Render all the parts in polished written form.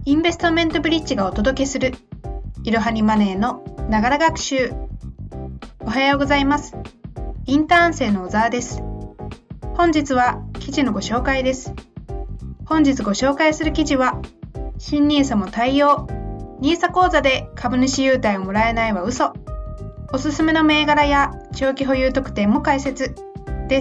インベストメントブリッジがお届けするいろはにマネーのながら学習。おはようございます。インターン生の小沢です。本日は記事のご紹介です。本日ご紹介する記事は、新 NISA も対応、NISA 口座で株主優待をもらえないは嘘、おすすめの銘柄や長期保有特典も解説です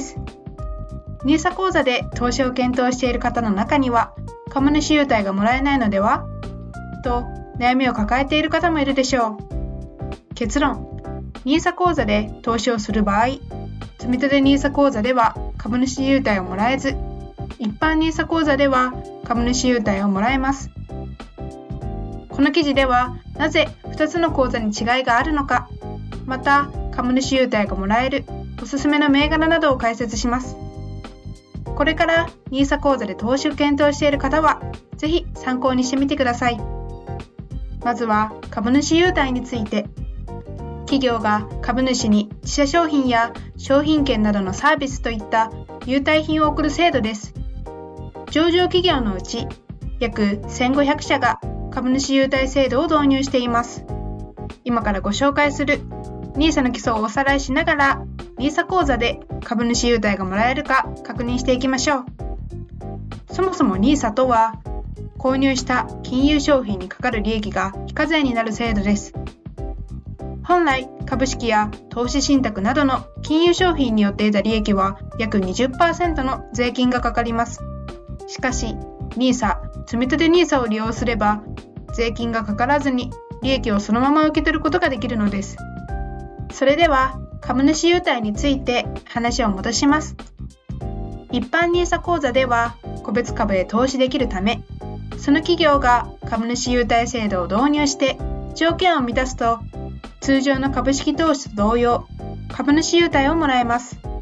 。NISA 口座で投資を検討している方の中には、株主優待がもらえないのではと悩みを抱えている方もいるでしょう。結論、NISA 口座で投資をする場合、積立 NISA 口座では株主優待をもらえず、一般 NISA 口座では株主優待をもらえます。この記事では、なぜ2つの口座に違いがあるのか、また株主優待がもらえるおすすめの銘柄などを解説します。これから NISA 口座で投資を検討している方は、ぜひ参考にしてみてください。まずは株主優待について。企業が株主に自社商品や商品券などのサービスといった優待品を贈る制度です。上場企業のうち約1500社が株主優待制度を導入しています。今からご紹介する NISA の基礎をおさらいしながら、NISA 口座で株主優待がもらえるか確認していきましょう。そもそも NISA とは、購入した金融商品にかかる利益が非課税になる制度です。本来、株式や投資信託などの金融商品によって得た利益は約 20% の税金がかかります。しかし、NISA、積立 NISA を利用すれば、税金がかからずに利益をそのまま受け取ることができるのです。それでは、株主優待について話を戻します。一般 NISA 口座では個別株へ投資できるため、その企業が株主優待制度を導入して条件を満たすと、通常の株式投資と同様、株主優待をもらえます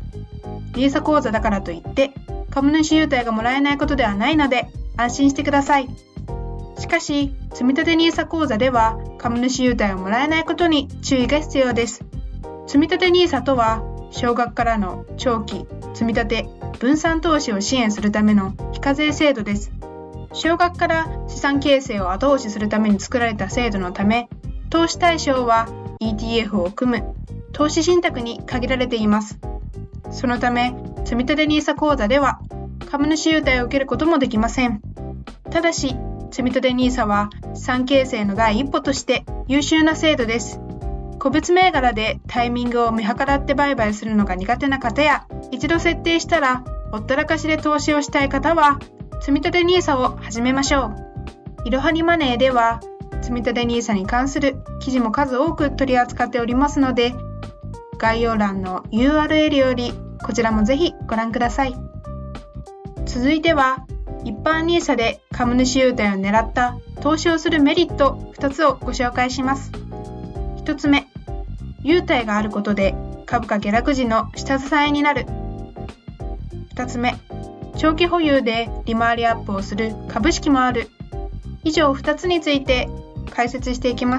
。NISA 口座だからといって株主優待がもらえないことではないので安心してください。しかし、積立 NISA 口座では株主優待をもらえないことに注意が必要です。積立 NISA とは、少額からの長期積立分散投資を支援するための非課税制度です。少額から資産形成を後押しするために作られた制度のため、投資対象は ETF を組む投資信託に限られています。そのため、積立 NISA 口座では株主優待を受けることもできません。ただし、積立 NISA は資産形成の第一歩として優秀な制度です。個別銘柄でタイミングを見計らって売買するのが苦手な方や、一度設定したらほったらかしで投資をしたい方は、積立 NISA を始めましょう。いろはにマネーでは、積立 NISA に関する記事も数多く取り扱っておりますので、概要欄の URL よりこちらもぜひご覧ください。続いては、一般 NISA で株主優待を狙った投資をするメリット2つをご紹介します。1つ目、優待があることで株価下落時の下支えになる。2つ目、長期保有で利回りアップをする株式もある。以上2つについて解説していきます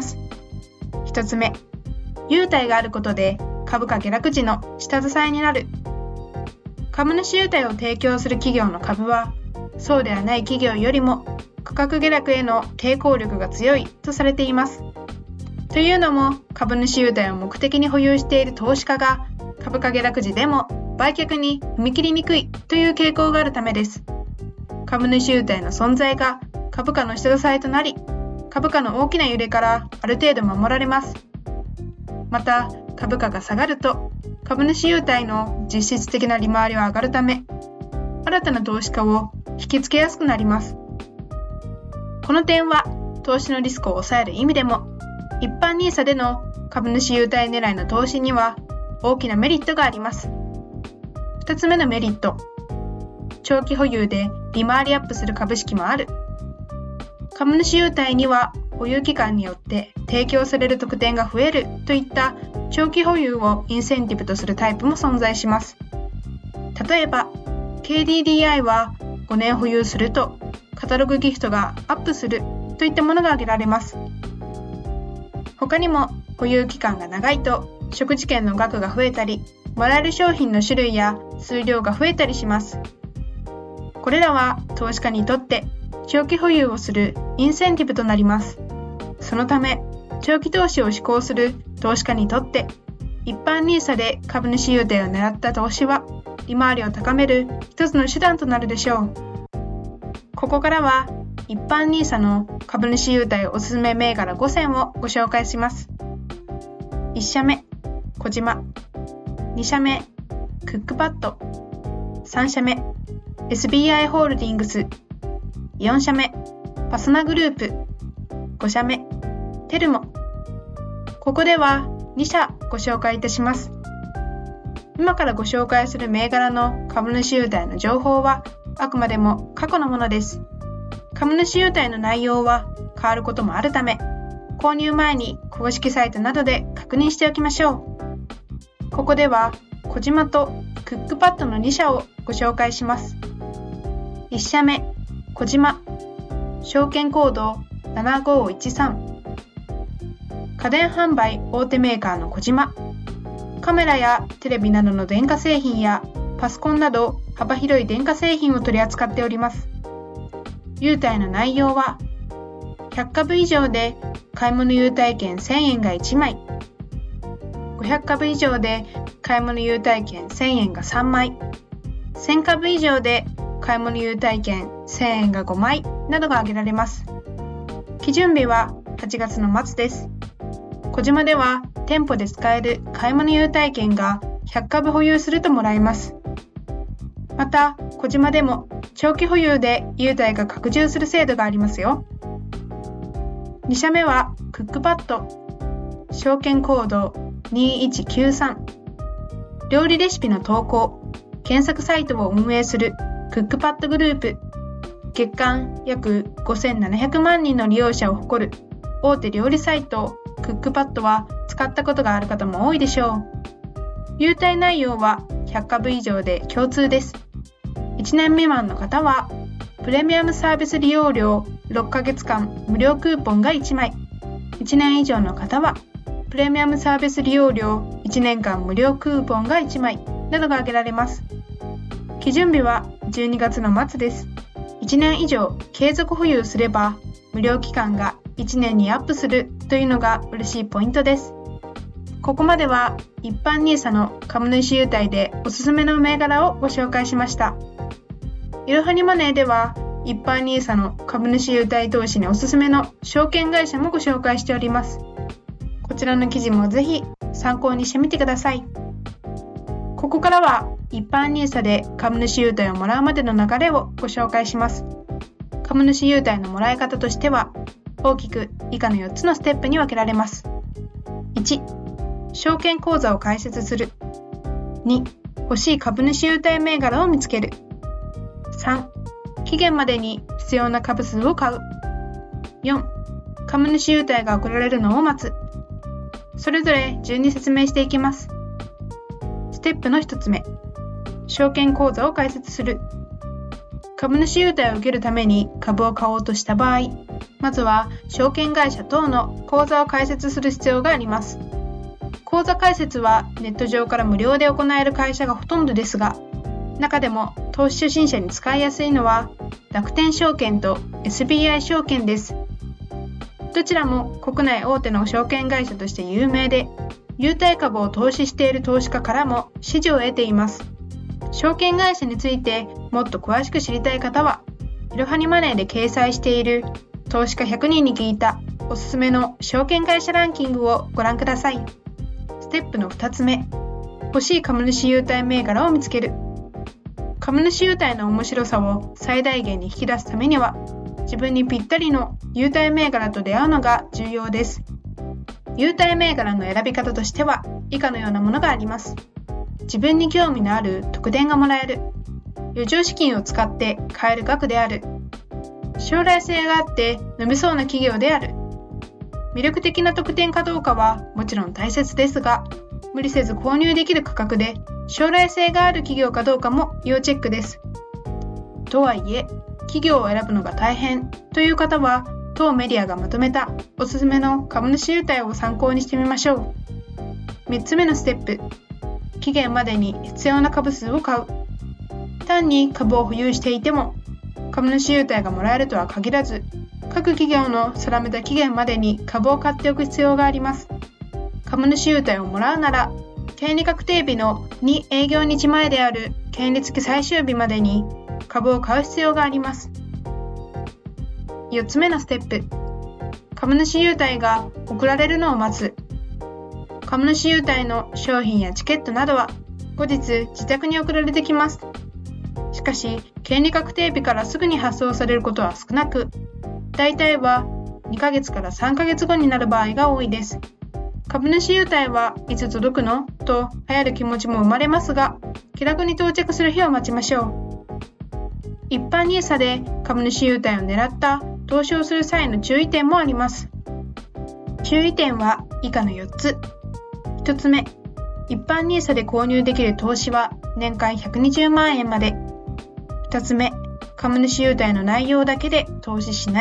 。1つ目、優待があることで株価下落時の下支えになる。株主優待を提供する企業の株は、そうではない企業よりも価格下落への抵抗力が強いとされています。というのも、株主優待を目的に保有している投資家が株価下落時でも売却に踏み切りにくいという傾向があるためです。株主優待の存在が株価の下支えとなり、株価の大きな揺れからある程度守られます。また、株価が下がると株主優待の実質的な利回りは上がるため、新たな投資家を引きつけやすくなります。この点は投資のリスクを抑える意味でも、一般 NISA での株主優待狙いの投資には大きなメリットがあります。2つ目のメリット、長期保有で利回りアップする株式もある。株主優待には保有期間によって提供される特典が増えるといった長期保有をインセンティブとするタイプも存在します。例えば、KDDI は5年保有するとカタログギフトがアップするといったものが挙げられます。他にも保有期間が長いと食事券の額が増えたり、もらえる商品の種類や数量が増えたりします。 これらは投資家にとって長期保有をするインセンティブとなります。そのため、長期投資を志向する投資家にとって、一般NISAで株主優待を狙った投資は、利回りを高める一つの手段となるでしょう。ここからは、一般NISAの株主優待おすすめ銘柄5選をご紹介します。1社目、小島。2社目、クックパッド。3社目、SBI ホールディングス。4社目、パソナグループ。5社目、テルモ。ここでは2社ご紹介いたします。今からご紹介する銘柄の株主優待の情報はあくまでも過去のものです。株主優待の内容は変わることもあるため、購入前に公式サイトなどで確認しておきましょう。ここでは小島とクックパッドの2社をご紹介します。1社目、小島。証券コード7513。家電販売大手メーカーの小島。カメラやテレビなどの電化製品やパソコンなど幅広い電化製品を取り扱っております。優待の内容は、100株以上で買い物優待券1000円が1枚、500株以上で買い物優待券1000円が3枚、1000株以上で買い物優待券1000円が5枚などが挙げられます。基準日は8月の末です。小島では店舗で使える買い物優待券が100株保有するともらえます。また、小島でも長期保有で優待が拡充する制度がありますよ。2社目はクックパッド。証券コード2193。料理レシピの投稿、検索サイトを運営するクックパッドグループ。月間約5700万人の利用者を誇る大手料理サイトクックパッドは使ったことがある方も多いでしょう。優待内容は100株以上で共通です。1年未満の方はプレミアムサービス利用料6ヶ月間無料クーポンが1枚、1年以上の方はプレミアムサービス利用料1年間無料クーポンが1枚などが挙げられます。基準日は12月の末です。1年以上継続保有すれば無料期間が1年にアップするというのが嬉しいポイントです。ここまでは一般NISAの株主優待でおすすめの銘柄をご紹介しました。いろはにマネーでは一般NISAの株主優待投資におすすめの証券会社もご紹介しております。こちらの記事もぜひ参考にしてみてください。ここからは一般NISAで株主優待をもらうまでの流れをご紹介します。株主優待のもらい方としては大きく以下の4つのステップに分けられます。1、証券口座を開設する。2、欲しい株主優待銘柄を見つける。3、期限までに必要な株数を買う。4、株主優待が送られるのを待つ。それぞれ順に説明していきます。ステップの1つ目、証券口座を開設する。株主優待を受けるために株を買おうとした場合、まずは証券会社等の口座を開設する必要があります。口座開設はネット上から無料で行える会社がほとんどですが、中でも投資初心者に使いやすいのは楽天証券と SBI 証券です。どちらも国内大手の証券会社として有名で、優待株を投資している投資家からも支持を得ています。証券会社についてもっと詳しく知りたい方は、いろはにマネーで掲載している投資家100人に聞いたおすすめの証券会社ランキングをご覧ください。ステップの2つ目、欲しい株主優待銘柄を見つける。株主優待の面白さを最大限に引き出すためには、自分にぴったりの優待銘柄と出会うのが重要です。優待銘柄の選び方としては以下のようなものがあります。自分に興味のある特典がもらえる。余剰資金を使って買える額である。将来性があって伸びそうな企業である。魅力的な特典かどうかはもちろん大切ですが、無理せず購入できる価格で将来性がある企業かどうかも要チェックです。とはいえ、企業を選ぶのが大変という方は、当メディアがまとめたおすすめの株主優待を参考にしてみましょう。3つ目のステップ、期限までに必要な株数を買う。 単に株を保有していても株主優待がもらえるとは限らず、各企業の定めた期限までに株を買っておく必要があります。株主優待をもらうなら、権利確定日の2営業日前である権利付き最終日までに株を買う必要があります。4つ目のステップ、株主優待が送られるのを待つ。株主優待の商品やチケットなどは後日自宅に送られてきます。しかし、権利確定日からすぐに発送されることは少なく、大体は2ヶ月から3ヶ月後になる場合が多いです。株主優待はいつ届くのと流行る気持ちも生まれますが、気楽に到着する日を待ちましょう。一般NISAで株主優待を狙った投資をする際の注意点もあります。注意点は以下の4つ。1つ目、一般NISAで購入できる投資は年間120万円まで。2つ目、株主優待の内容だけで投資しない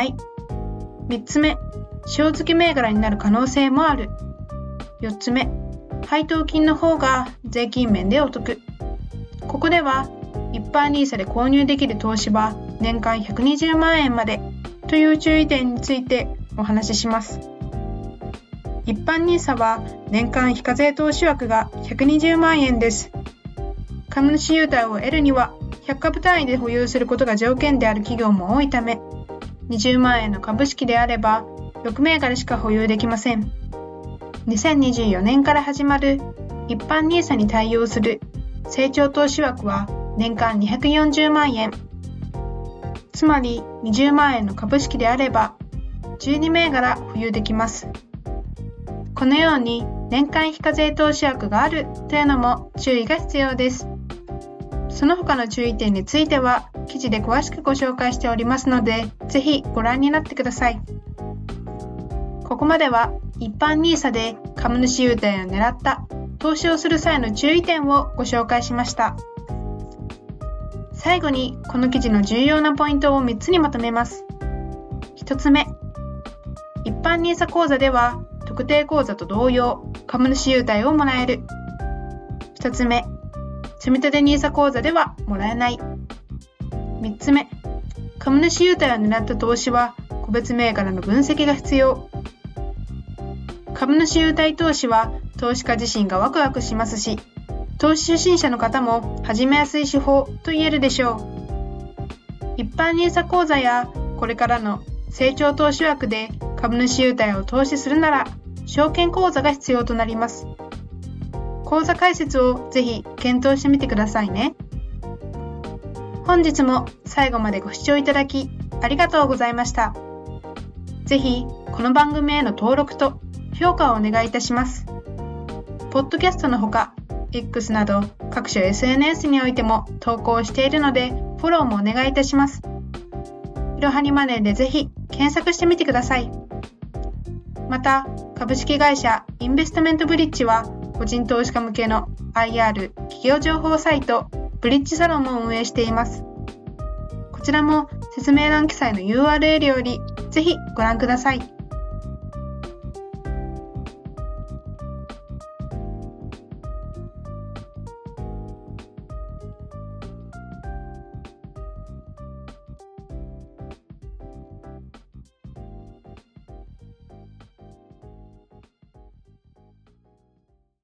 。3つ目、塩付け銘柄になる可能性もある。4つ目、配当金の方が税金面でお得。ここでは一般NISAで購入できる投資は年間120万円までという注意点についてお話しします。一般NISAは年間非課税投資枠が120万円です。株主優待を得るには100株単位で保有することが条件である企業も多いため、20万円の株式であれば6銘柄しか保有できません。2024年から始まる一般NISAに対応する成長投資枠は年間240万円。つまり20万円の株式であれば12銘柄保有できます。このように年間非課税投資枠があるというのも注意が必要です。その他の注意点については記事で詳しくご紹介しておりますので、ぜひご覧になってください。ここまでは一般NISAで株主優待を狙った投資をする際の注意点をご紹介しました。最後にこの記事の重要なポイントを3つにまとめます。1つ目、一般NISA口座では特定口座と同様株主優待をもらえる。2つ目、積立 NISA 口座ではもらえない。3つ目、株主優待を狙った投資は個別銘柄の分析が必要。株主優待投資は投資家自身がワクワクしますし、投資初心者の方も始めやすい手法と言えるでしょう。一般NISA口座やこれからの成長投資枠で株主優待を投資するなら証券口座が必要となります。口座開設をぜひ検討してみてくださいね。本日も最後までご視聴いただきありがとうございました。ぜひこの番組への登録と評価をお願いいたします。ポッドキャストのほか X など各種 SNS においても投稿しているのでフォローもお願いいたします。いろはにマネーでぜひ検索してみてください。また株式会社インベストメントブリッジは個人投資家向けの IR 企業情報サイトブリッジサロンも運営しています。こちらも説明欄記載の URL よりぜひご覧ください。